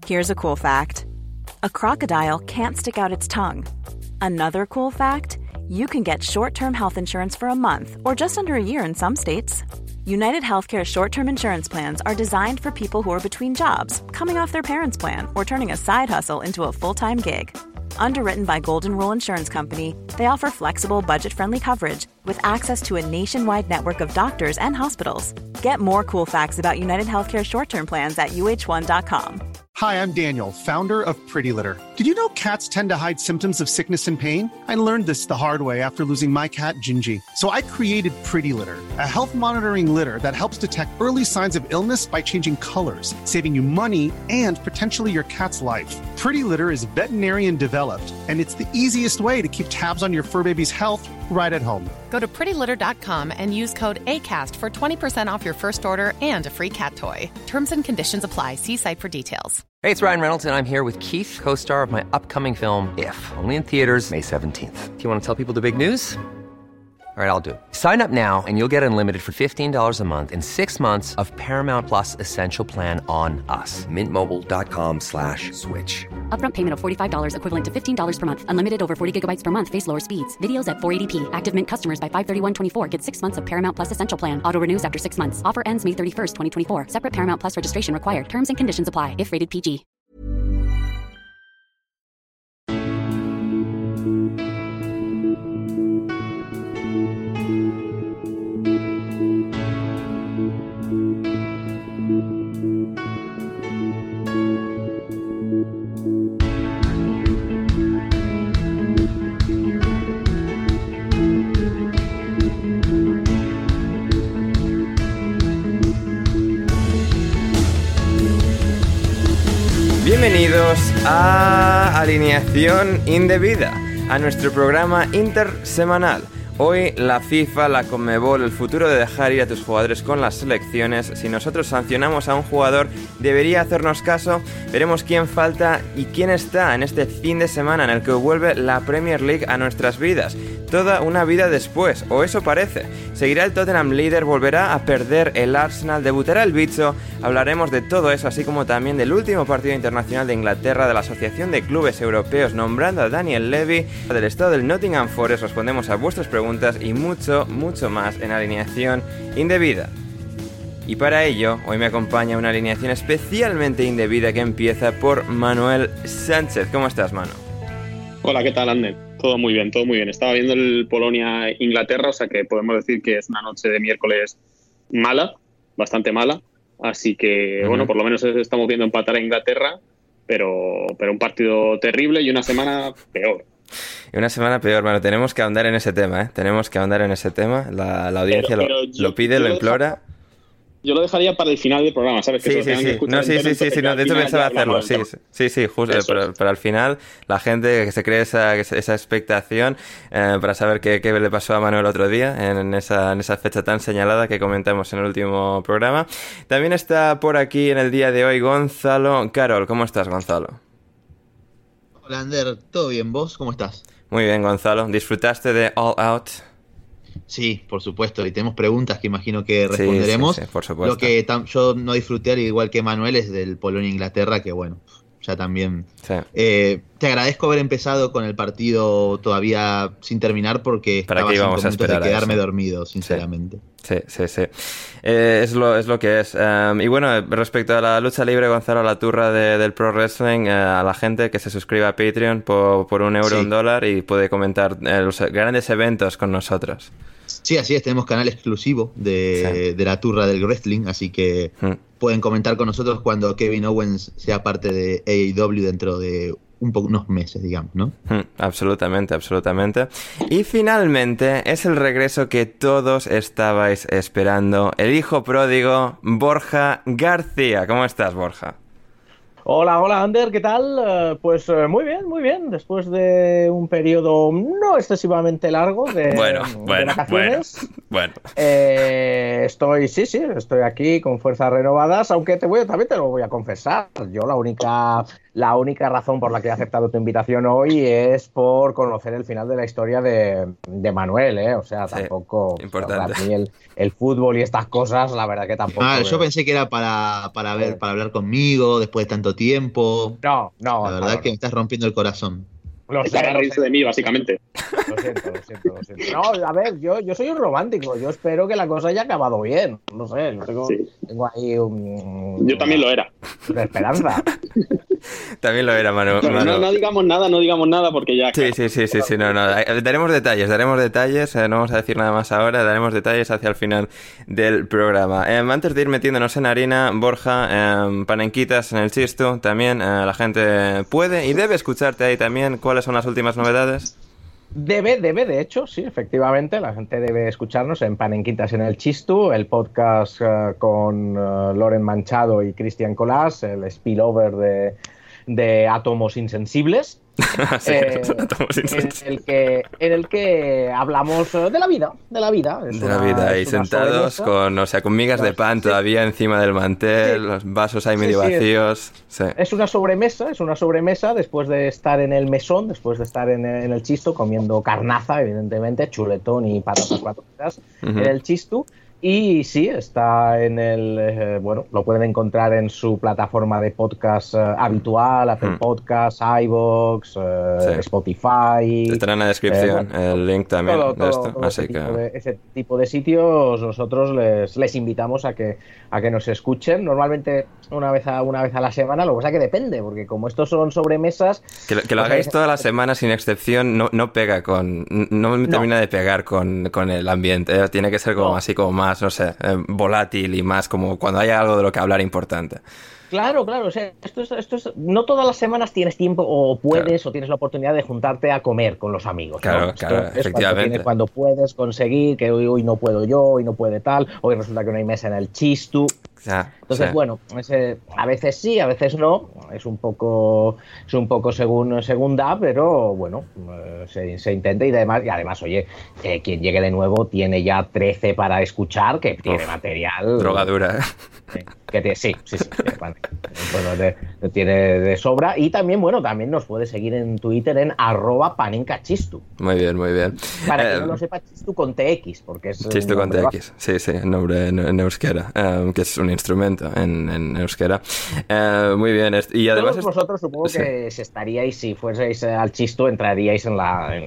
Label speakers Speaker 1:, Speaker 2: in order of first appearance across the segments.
Speaker 1: Here's a cool fact. A crocodile can't stick out its tongue. Another cool fact, you can get short-term health insurance for a month or just under a year in some states. United Healthcare short-term insurance plans are designed for people who are between jobs, coming off their parents' plan, or turning a side hustle into a full-time gig. Underwritten by Golden Rule Insurance Company, they offer flexible, budget-friendly coverage with access to a nationwide network of doctors and hospitals. Get more cool facts about United Healthcare short-term plans at uh1.com.
Speaker 2: Hi, I'm Daniel, founder of Pretty Litter. Did you know cats tend to hide symptoms of sickness and pain? I learned this the hard way after losing my cat, Gingy. So I created Pretty Litter, a health monitoring litter that helps detect early signs of illness by changing colors, saving you money and potentially your cat's life. Pretty Litter is veterinarian developed, and it's the easiest way to keep tabs on your fur baby's health right at home.
Speaker 3: Go to prettylitter.com and use code ACAST for 20% off your first order and a free cat toy. Terms and conditions apply. See site for details.
Speaker 4: Hey, it's Ryan Reynolds, and I'm here with Keith, co-star of my upcoming film, If, only in theaters May 17th. Do you want to tell people the big news? All right, I'll do it. Sign up now and you'll get unlimited for $15 a month and 6 months of Paramount Plus Essential Plan on us. MintMobile.com/switch.
Speaker 5: Upfront payment of $45 equivalent to $15 per month. Unlimited over 40 gigabytes per month. Face lower speeds. Videos at 480p. Active Mint customers by 531.24 get 6 months of Paramount Plus Essential Plan. Auto renews after 6 months. Offer ends May 31st, 2024. Separate Paramount Plus registration required. Terms and conditions apply if rated PG.
Speaker 6: Bienvenidos a Alineación Indebida, a nuestro programa intersemanal. Hoy la FIFA, la Conmebol, el futuro de dejar ir a tus jugadores con las selecciones. Si nosotros sancionamos a un jugador, ¿debería hacernos caso? Veremos quién falta y quién está en este fin de semana en el que vuelve la Premier League a nuestras vidas. Toda una vida después, o eso parece. Seguirá el Tottenham líder, volverá a perder el Arsenal, debutará el bicho. Hablaremos de todo eso, así como también del último partido internacional de Inglaterra, de la Asociación de Clubes Europeos nombrando a Daniel Levy, del estado del Nottingham Forest. Respondemos a vuestras preguntas y mucho, mucho más en Alineación Indebida. Y para ello, hoy me acompaña una alineación especialmente indebida que empieza por Manuel Sánchez. ¿Cómo estás, Manu?
Speaker 7: Hola, ¿qué tal, Ander? Todo muy bien, todo muy bien. Estaba viendo el Polonia-Inglaterra, o sea que podemos decir que es una noche de miércoles mala, bastante mala. Así que, bueno, por lo menos estamos viendo empatar a Inglaterra, pero un partido terrible y una semana peor.
Speaker 6: Y una semana peor, bueno, tenemos que ahondar en ese tema, ¿eh? Tenemos que ahondar en ese tema. La audiencia lo pide, lo implora.
Speaker 7: Yo lo dejaría para el final del programa, ¿sabes?
Speaker 6: Sí, sí. No, sí, no, de hecho pensaba hacerlo, sí, justo, pero al final la gente que se cree esa expectación para saber qué le pasó a Manuel otro día en esa fecha tan señalada que comentamos en el último programa. También está por aquí en el día de hoy Gonzalo Carol. ¿Cómo estás, Gonzalo?
Speaker 8: Hola, Ander, ¿todo bien? ¿Vos cómo estás?
Speaker 6: Muy bien, Gonzalo. ¿Disfrutaste de All Out?
Speaker 8: Sí, por supuesto, y tenemos preguntas que imagino que responderemos.
Speaker 6: Sí, por supuesto.
Speaker 8: Lo que yo no disfruté, al igual que Manuel, es del Polonia-Inglaterra, que bueno, ya también. Sí. Te agradezco haber empezado con el partido todavía sin terminar porque estaba a 5 minutos de quedarme dormido, sinceramente.
Speaker 6: Sí. Es lo que es. Y bueno, respecto a la lucha libre, Gonzalo, la turra del Pro Wrestling, a la gente que se suscriba a Patreon por €1, $1 y puede comentar los grandes eventos con nosotros.
Speaker 8: Sí, así es, tenemos canal exclusivo de la turra del wrestling, así que pueden comentar con nosotros cuando Kevin Owens sea parte de AEW dentro de unos meses, digamos, ¿no?
Speaker 6: Absolutamente. Y finalmente es el regreso que todos estabais esperando, el hijo pródigo, Borja García. ¿Cómo estás, Borja?
Speaker 9: Hola, Ander, ¿qué tal? Pues muy bien, después de un periodo no excesivamente largo de vacaciones.
Speaker 6: Bueno.
Speaker 9: Estoy aquí con fuerzas renovadas, aunque también te lo voy a confesar. Yo la única razón por la que he aceptado tu invitación hoy es por conocer el final de la historia de Manuel, ¿eh? O sea, tampoco...
Speaker 6: Importante.
Speaker 9: A mí el fútbol y estas cosas, la verdad que tampoco...
Speaker 8: Yo pensé que era para hablar conmigo después de tanto tanto tiempo.
Speaker 9: No.
Speaker 8: La verdad es que me estás rompiendo el corazón.
Speaker 7: Para reírse de mí, básicamente.
Speaker 9: Lo siento. No, a ver, yo soy un romántico. Yo espero que la cosa haya acabado bien. No sé, tengo ahí
Speaker 7: Yo también lo era.
Speaker 9: Una esperanza.
Speaker 6: También lo era, Manu.
Speaker 7: Bueno, no digamos nada porque ya...
Speaker 6: Sí, no. Daremos detalles, no vamos a decir nada más ahora, daremos detalles hacia el final del programa. Antes de ir metiéndonos en harina, Borja, panenquitas en el Chistu, también la gente puede y debe escucharte ahí también. ¿Cuáles son las últimas novedades?
Speaker 9: Debe, de hecho, sí, efectivamente, la gente debe escucharnos en Panenquitas en el Chistu, el podcast con Loren Manchado y Cristian Colás, el spillover de Átomos Insensibles. En el que hablamos de la vida.
Speaker 6: Ahí sentados con migas de pan todavía encima del mantel, los vasos ahí medio vacíos.
Speaker 9: Es una sobremesa después de estar en el mesón, después de estar en el Chistu comiendo carnaza, evidentemente, chuletón y patatas fritas en el Chistu. Y sí, está en el... lo pueden encontrar en su plataforma de podcast habitual, Apple Podcasts, iVoox, Spotify...
Speaker 6: Estará en la descripción el link también de esto. Así que...
Speaker 9: ese tipo de sitios nosotros les invitamos a que nos escuchen. Normalmente una vez a la semana, lo que pasa es que depende, porque como estos son sobremesas...
Speaker 6: Que lo hagáis toda la semana sin excepción no pega con... No termina de pegar con el ambiente. Tiene que ser como así como más, no sé, volátil y más como cuando haya algo de lo que hablar importante.
Speaker 9: Claro, o sea, esto es, no todas las semanas tienes tiempo o puedes o tienes la oportunidad de juntarte a comer con los amigos.
Speaker 6: Claro, efectivamente.
Speaker 9: Cuando puedes conseguir que hoy no puedo yo, hoy no puede tal, hoy resulta que no hay mesa en el Chistu. Entonces, a veces sí, a veces no, es un poco según da, pero bueno, se intenta y además, oye, quien llegue de nuevo tiene ya 13 para escuchar, que tiene material.
Speaker 6: Drogadura,
Speaker 9: sí. Tiene de sobra. Y también, también nos puede seguir en Twitter en @panencachistu.
Speaker 6: Muy bien.
Speaker 9: Para que no lo sepa, Chistu con TX, porque es...
Speaker 6: Chistu con TX, sí, el nombre en euskera, que es un instrumento en euskera. Muy bien. Y además
Speaker 9: todos vosotros supongo que si estaríais, si fueseis al Chistu, entraríais en la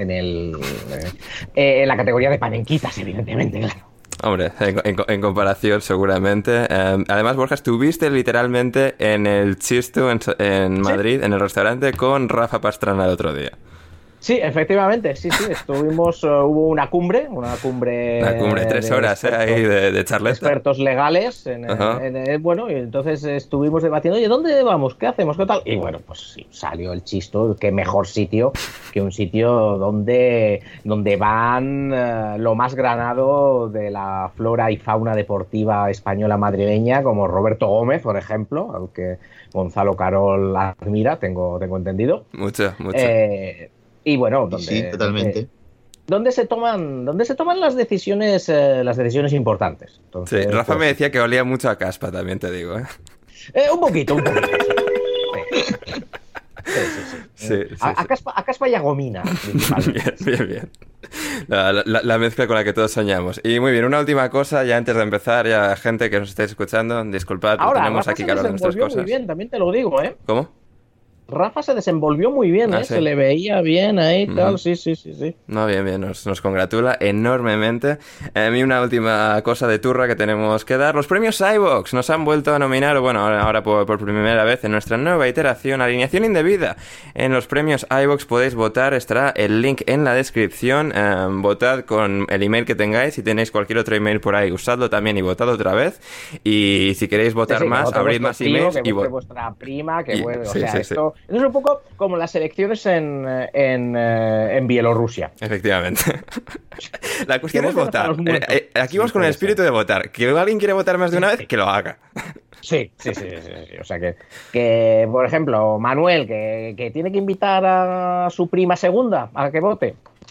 Speaker 9: categoría de panenquitas, evidentemente, claro.
Speaker 6: Hombre, en comparación seguramente. Además, Borja, estuviste literalmente en el Chistu en Madrid, en el restaurante, con Rafa Pastrana el otro día.
Speaker 9: Sí, efectivamente, sí, estuvimos, hubo una cumbre,
Speaker 6: 3 horas ahí de charleta.
Speaker 9: Expertos legales, y entonces estuvimos debatiendo, oye, ¿dónde vamos? ¿Qué hacemos? ¿Qué tal? Y bueno, pues sí, salió el Chistu, qué mejor sitio que un sitio donde van lo más granado de la flora y fauna deportiva española madrileña, como Roberto Gómez, por ejemplo, al que Gonzalo Carol admira, tengo entendido.
Speaker 6: Mucho.
Speaker 9: Y bueno,
Speaker 8: totalmente.
Speaker 9: ¿Dónde se toman las decisiones importantes? Entonces,
Speaker 6: sí, Rafa me decía que olía mucho a caspa, también te digo,
Speaker 9: Un poquito. Sí. A caspa y a gomina.
Speaker 6: Bien. La mezcla con la que todos soñamos. Y muy bien, una última cosa, ya antes de empezar, ya gente que nos esté escuchando, disculpad,
Speaker 9: ahora,
Speaker 6: tenemos
Speaker 9: Rafa
Speaker 6: aquí que hablar de nuestras cosas.
Speaker 9: Muy bien, también te lo digo,
Speaker 6: ¿Cómo?
Speaker 9: Rafa se desenvolvió muy bien,
Speaker 6: ¿Sí?
Speaker 9: Se le veía bien ahí, tal, sí.
Speaker 6: No, bien, nos congratula enormemente. A mí una última cosa de turra que tenemos que dar. Los premios iVoox nos han vuelto a nominar, ahora por primera vez en nuestra nueva iteración, alineación indebida. En los premios iVoox podéis votar, estará el link en la descripción. Votad con el email que tengáis, si tenéis cualquier otro email por ahí, usadlo también y votad otra vez. Y si queréis votar más, abrid más emails y votad.
Speaker 9: Vuestra prima, esto... Eso es un poco como las elecciones en Bielorrusia.
Speaker 6: Efectivamente. La cuestión es votar. Aquí vamos con el espíritu de votar. Que alguien quiere votar más de una vez, que lo haga.
Speaker 9: Sí. O sea que por ejemplo, Manuel, que tiene que invitar a su prima segunda a que vote.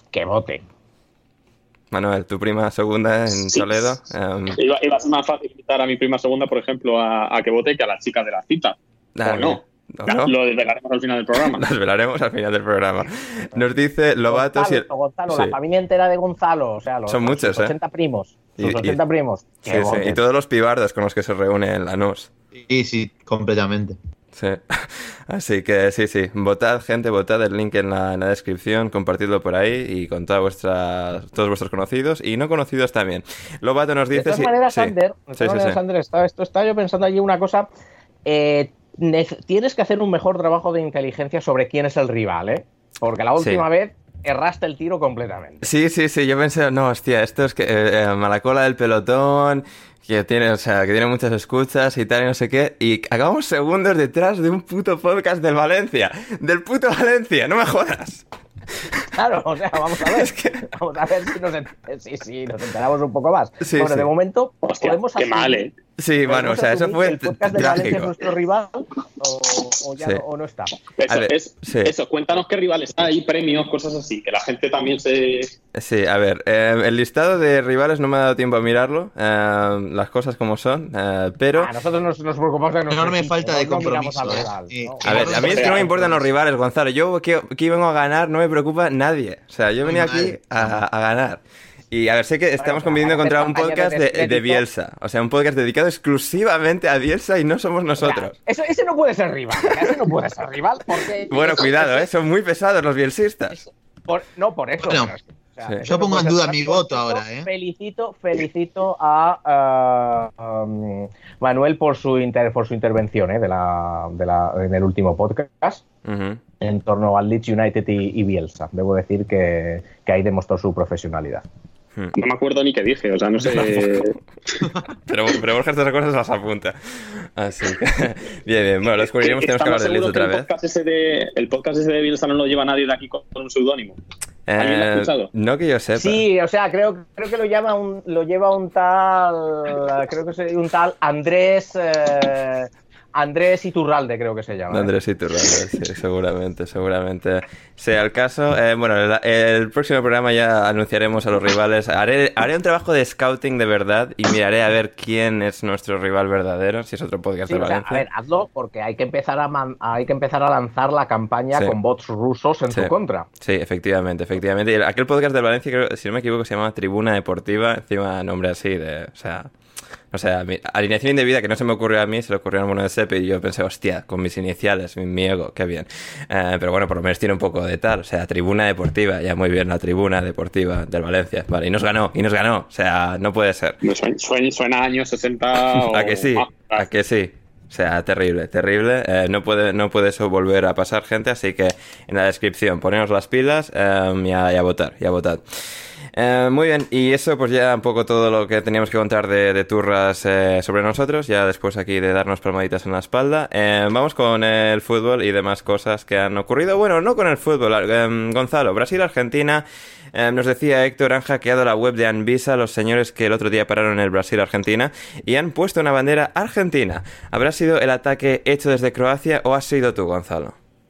Speaker 6: Manuel, tu prima segunda en Toledo.
Speaker 7: Iba a ser más fácil invitar a mi prima segunda, por ejemplo, a que vote que a la chica de la cita. ¿O no?
Speaker 6: ¿No?
Speaker 7: Lo desvelaremos al final del programa.
Speaker 6: Lo desvelaremos al final del programa. Nos dice Lobato...
Speaker 9: Gonzalo, la familia entera de Gonzalo. O sea,
Speaker 6: son muchos,
Speaker 9: 80 primos. Sus 80 primos.
Speaker 6: Sí. Y todos los pibardos con los que se reúne en Lanús.
Speaker 8: Sí, completamente.
Speaker 6: Sí, así que sí, votad, gente, votad, el link en la descripción, compartidlo por ahí y con todos vuestros conocidos y no conocidos también. Lobato nos dice...
Speaker 9: De todas maneras, Ander, esto está yo pensando allí una cosa, tienes que hacer un mejor trabajo de inteligencia sobre quién es el rival, ¿eh? Porque la última vez erraste el tiro completamente.
Speaker 6: Sí, yo pensé, no, hostia, esto es que Malacola del pelotón... que tiene muchas escuchas y tal y no sé qué, y acabamos segundos detrás de un puto podcast del Valencia, no me jodas.
Speaker 9: Claro, o sea, vamos a ver, vamos a ver si nos enteramos un poco más. Bueno, de momento podemos
Speaker 7: qué mal,
Speaker 6: Sí, bueno, o sea, eso fue
Speaker 9: el podcast de Valencia es nuestro rival o no está.
Speaker 7: Eso, cuéntanos qué rivales hay, premios, cosas así, que la gente también se...
Speaker 6: Sí, a ver, el listado de rivales no me ha dado tiempo a mirarlo, las cosas como son, pero...
Speaker 9: nosotros nos preocupamos de...
Speaker 8: Enorme falta de compromiso.
Speaker 6: A ver, a mí es que no me importan los rivales, Gonzalo, yo que vengo a ganar no me preocupa nadie, o sea, yo venía aquí a ganar. Y a ver, sé que estamos compitiendo contra un podcast de Bielsa. O sea, un podcast dedicado exclusivamente a Bielsa y no somos nosotros.
Speaker 9: Ese no puede ser rival. Porque...
Speaker 6: Bueno, cuidado, son muy pesados los bielsistas.
Speaker 9: Por eso.
Speaker 8: Bueno, yo pongo en duda mi voto ahora,
Speaker 9: Felicito a Manuel por su intervención en el último podcast. En torno al Leeds United y Bielsa. Debo decir que ahí demostró su profesionalidad.
Speaker 7: No me acuerdo ni qué dije, o sea, no sé...
Speaker 6: pero Borja estas cosas las apunta. Así que... Bien. Bueno, lo descubriremos, tenemos que hablar de Leeds otra vez.
Speaker 7: El podcast ese de Bielsa no lo lleva nadie de aquí con un seudónimo. ¿Alguien lo ha escuchado?
Speaker 6: No que yo sepa.
Speaker 9: Sí, o sea, creo que lo lleva un tal... Creo que es un tal Andrés Iturralde, creo que se llama.
Speaker 6: Andrés Iturralde, sí, seguramente sea el caso. Bueno, el próximo programa ya anunciaremos a los rivales. Haré un trabajo de scouting de verdad y miraré a ver quién es nuestro rival verdadero, si es otro podcast de Valencia.
Speaker 9: A ver, hazlo porque hay que empezar a lanzar la campaña con bots rusos en tu contra.
Speaker 6: Sí, efectivamente. Y aquel podcast de Valencia, creo, si no me equivoco, se llama Tribuna Deportiva, encima nombre así de... O sea, alineación indebida que no se me ocurrió a mí, se le ocurrió a uno de Sepe y yo pensé, hostia, con mis iniciales, mi ego, qué bien. Pero bueno, por lo menos tiene un poco de tal. O sea, Tribuna Deportiva, ya muy bien, la Tribuna Deportiva del Valencia. Vale, y nos ganó. O sea, no puede ser.
Speaker 7: Suena a años 60 o...
Speaker 6: ¿A que sí? ¿A que sí? O sea, terrible. No puede eso volver a pasar, gente, así que en la descripción poneros las pilas y a votar. Muy bien, y eso pues ya un poco todo lo que teníamos que contar de turras sobre nosotros, ya después aquí de darnos palmaditas en la espalda. Vamos con el fútbol y demás cosas que han ocurrido. Bueno, no con el fútbol, Gonzalo, Brasil-Argentina. Nos decía Héctor, han hackeado la web de Anvisa los señores que el otro día pararon el Brasil-Argentina y han puesto una bandera argentina. ¿Habrá sido el ataque hecho desde Croacia o has sido tú, Gonzalo?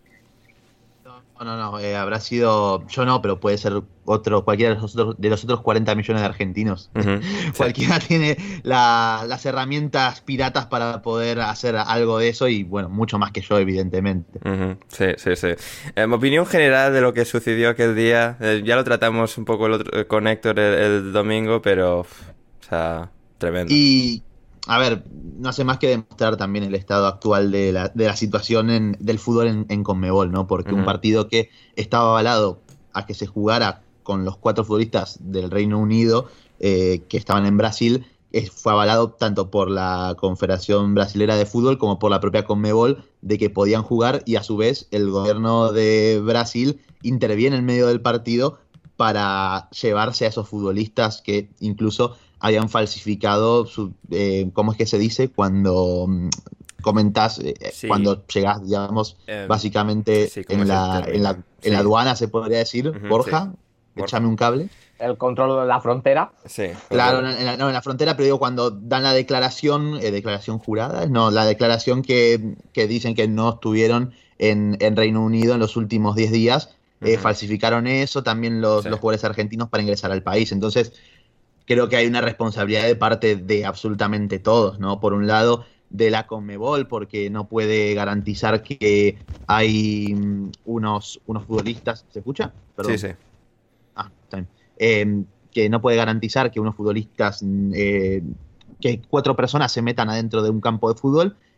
Speaker 8: No, habrá sido... Yo no, pero puede ser cualquiera de los otros 40 millones de argentinos. Cualquiera tiene las herramientas piratas para poder hacer algo de eso y, bueno, mucho más que yo, evidentemente.
Speaker 6: Sí. Opinión general de lo que sucedió aquel día. Ya lo tratamos un poco con Héctor el domingo, pero... o sea, tremendo.
Speaker 8: Y... a ver, no hace más que demostrar también el estado actual de la situación del fútbol en Conmebol, ¿no? Porque un partido que estaba avalado a que se jugara con los 4 futbolistas del Reino Unido que estaban en Brasil, fue avalado tanto por la Confederación Brasilera de Fútbol como por la propia Conmebol de que podían jugar, y a su vez el gobierno de Brasil interviene en medio del partido para llevarse a esos futbolistas que incluso habían falsificado ¿cómo es que se dice? Cuando comentas, cuando llegás, digamos, básicamente en la aduana, se podría decir, Borja, échame un cable.
Speaker 9: El control de la frontera.
Speaker 6: Sí.
Speaker 8: Claro, en la frontera, pero digo, cuando dan la declaración jurada, no, la declaración que dicen que no estuvieron en Reino Unido en los últimos 10 días, falsificaron eso, también los jugadores argentinos para ingresar al país. Entonces, creo que hay una responsabilidad de parte de absolutamente todos, ¿no? Por un lado, de la Conmebol, porque no puede garantizar que hay unos futbolistas... ¿Se escucha? Perdón.
Speaker 6: Sí.
Speaker 8: Está bien. Que no puede garantizar que unos futbolistas... que 4 personas se metan adentro de un campo de fútbol,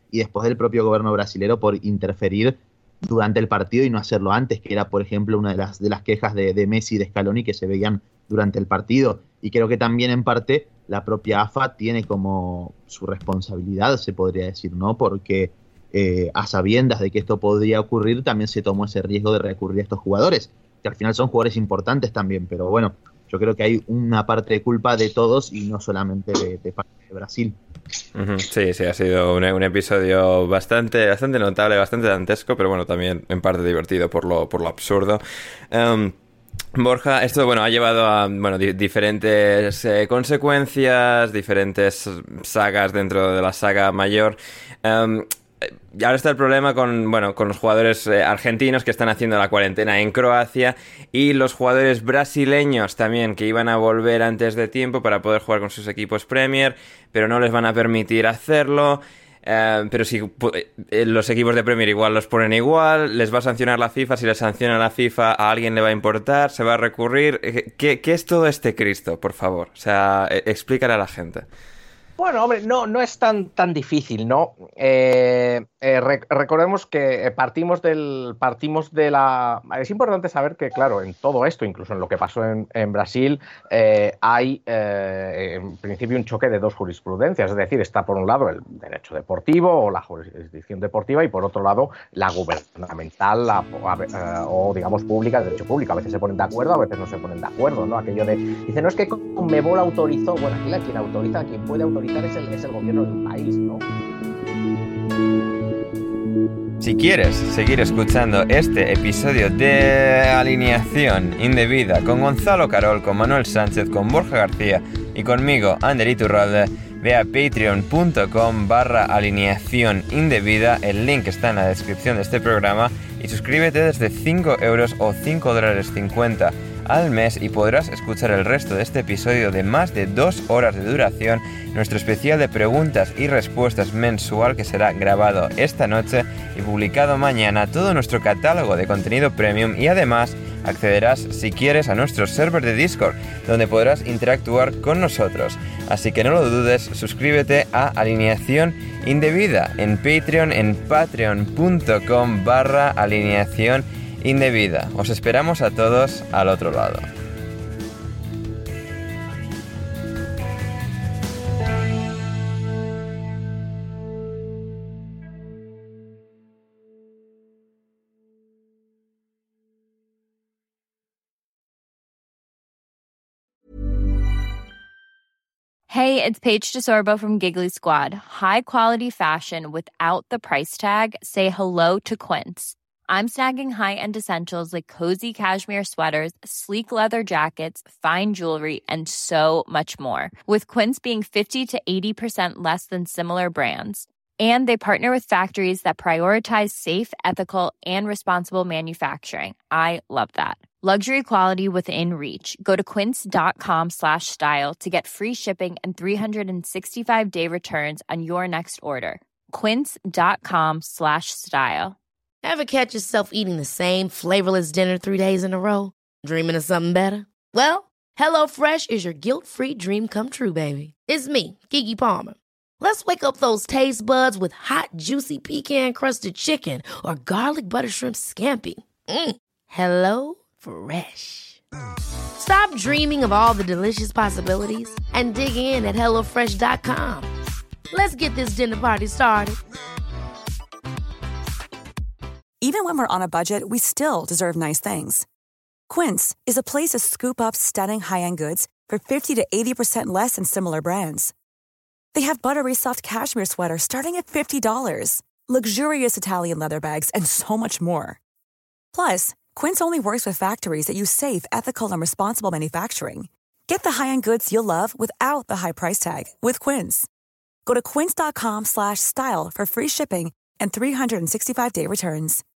Speaker 8: y después del propio gobierno brasilero por interferir durante el partido y no hacerlo antes, que era, por ejemplo, una de las quejas de Messi y de Scaloni que se veían durante el partido. Y creo que también, en parte, la propia AFA tiene como su responsabilidad, se podría decir, ¿no? Porque a sabiendas de que esto podría ocurrir, también se tomó ese riesgo de recurrir a estos jugadores, que al final son jugadores importantes también, pero bueno, yo creo que hay una parte de culpa de todos y no solamente de parte de Brasil.
Speaker 6: Sí, ha sido un episodio bastante notable, bastante dantesco, pero bueno, también en parte divertido por lo absurdo. Borja, esto ha llevado a diferentes consecuencias, diferentes sagas dentro de la saga mayor. Y ahora está el problema con los jugadores argentinos que están haciendo la cuarentena en Croacia y los jugadores brasileños también que iban a volver antes de tiempo para poder jugar con sus equipos Premier, pero no les van a permitir hacerlo. Pero si los equipos de Premier igual los ponen igual, les va a sancionar la FIFA. Si les sanciona la FIFA, a alguien le va a importar, se va a recurrir. ¿Qué es todo este Cristo, por favor? O sea, explícale a la gente.
Speaker 9: Bueno, hombre, no es tan difícil, ¿no? Recordemos que partimos de la... Es importante saber que, claro, en todo esto, incluso en lo que pasó en Brasil, hay en principio un choque de dos jurisprudencias. Es decir, está por un lado el derecho deportivo o la jurisdicción deportiva y por otro lado la gubernamental o digamos pública, el derecho público. A veces se ponen de acuerdo, a veces no se ponen de acuerdo, ¿no? Aquello de... Dice, no es que Conmebol autorizó... Bueno, aquí quien autoriza, quien puede autorizar es el gobierno del país, ¿no?
Speaker 6: Si quieres seguir escuchando este episodio de Alineación Indebida con Gonzalo Carol, con Manuel Sánchez, con Borja García y conmigo, Ander Iturralde, ve a patreon.com/alineación indebida. El link está en la descripción de este programa y suscríbete desde 5 euros o $5.50 al mes y podrás escuchar el resto de este episodio de más de 2 horas de duración, nuestro especial de preguntas y respuestas mensual que será grabado esta noche y publicado mañana, todo nuestro catálogo de contenido premium y además accederás si quieres a nuestro server de Discord donde podrás interactuar con nosotros. Así que no lo dudes, suscríbete a Alineación Indebida en Patreon en patreon.com/alineación indebida. Os esperamos a todos al otro lado.
Speaker 10: Hey, it's Paige DeSorbo from Giggly Squad. High quality fashion without the price tag. Say hello to Quince. I'm snagging high-end essentials like cozy cashmere sweaters, sleek leather jackets, fine jewelry, and so much more. With Quince being 50 to 80% less than similar brands. And they partner with factories that prioritize safe, ethical, and responsible manufacturing. I love that. Luxury quality within reach. Go to quince.com/style to get free shipping and 365-day returns on your next order. Quince.com/style.
Speaker 11: Ever catch yourself eating the same flavorless dinner 3 days in a row? Dreaming of something better? Well, HelloFresh is your guilt-free dream come true, baby. It's me, Keke Palmer. Let's wake up those taste buds with hot, juicy pecan-crusted chicken or garlic butter shrimp scampi. Hello Fresh. Stop dreaming of all the delicious possibilities and dig in at HelloFresh.com. Let's get this dinner party started.
Speaker 12: Even when we're on a budget, we still deserve nice things. Quince is a place to scoop up stunning high-end goods for 50 to 80% less than similar brands. They have buttery soft cashmere sweaters starting at $50, luxurious Italian leather bags, and so much more. Plus, Quince only works with factories that use safe, ethical, and responsible manufacturing. Get the high-end goods you'll love without the high price tag with Quince. Go to quince.com/style for free shipping and 365-day returns.